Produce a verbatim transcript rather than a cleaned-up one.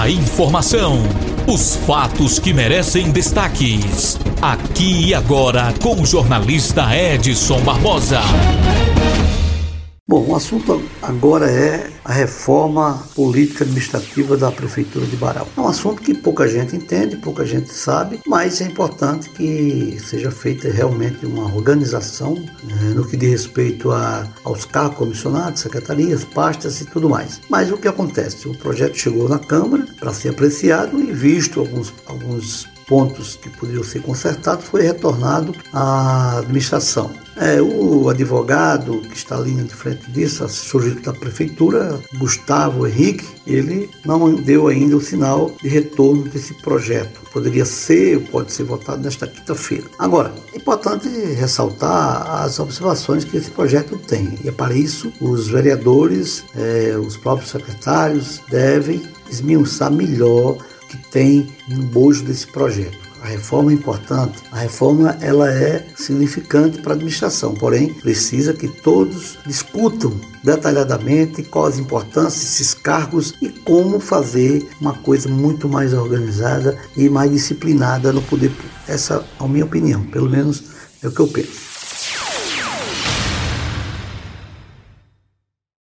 A informação, os fatos que merecem destaques. Aqui e agora com o jornalista Edson Barbosa. Bom, o assunto agora é a reforma política administrativa da Prefeitura de Barral. É um assunto que pouca gente entende, pouca gente sabe, mas é importante que seja feita realmente uma organização eh, no que diz respeito a, aos cargos comissionados, secretarias, pastas e tudo mais. Mas o que acontece? O projeto chegou na Câmara para ser apreciado e, visto alguns, alguns pontos que poderiam ser consertados, foi retornado à administração. É, o advogado que está ali de frente disso, assessor jurídico da Prefeitura, Gustavo Henrique, ele não deu ainda o sinal de retorno desse projeto. Poderia ser, pode ser votado nesta quinta-feira. Agora, é importante ressaltar as observações que esse projeto tem. E é para isso, os vereadores, é, os próprios secretários devem esmiuçar melhor que tem no bojo desse projeto. A reforma é importante, a reforma ela é significante para a administração, porém precisa que todos discutam detalhadamente quais as importâncias desses cargos e como fazer uma coisa muito mais organizada e mais disciplinada no poder público. Essa é a minha opinião, pelo menos é o que eu penso.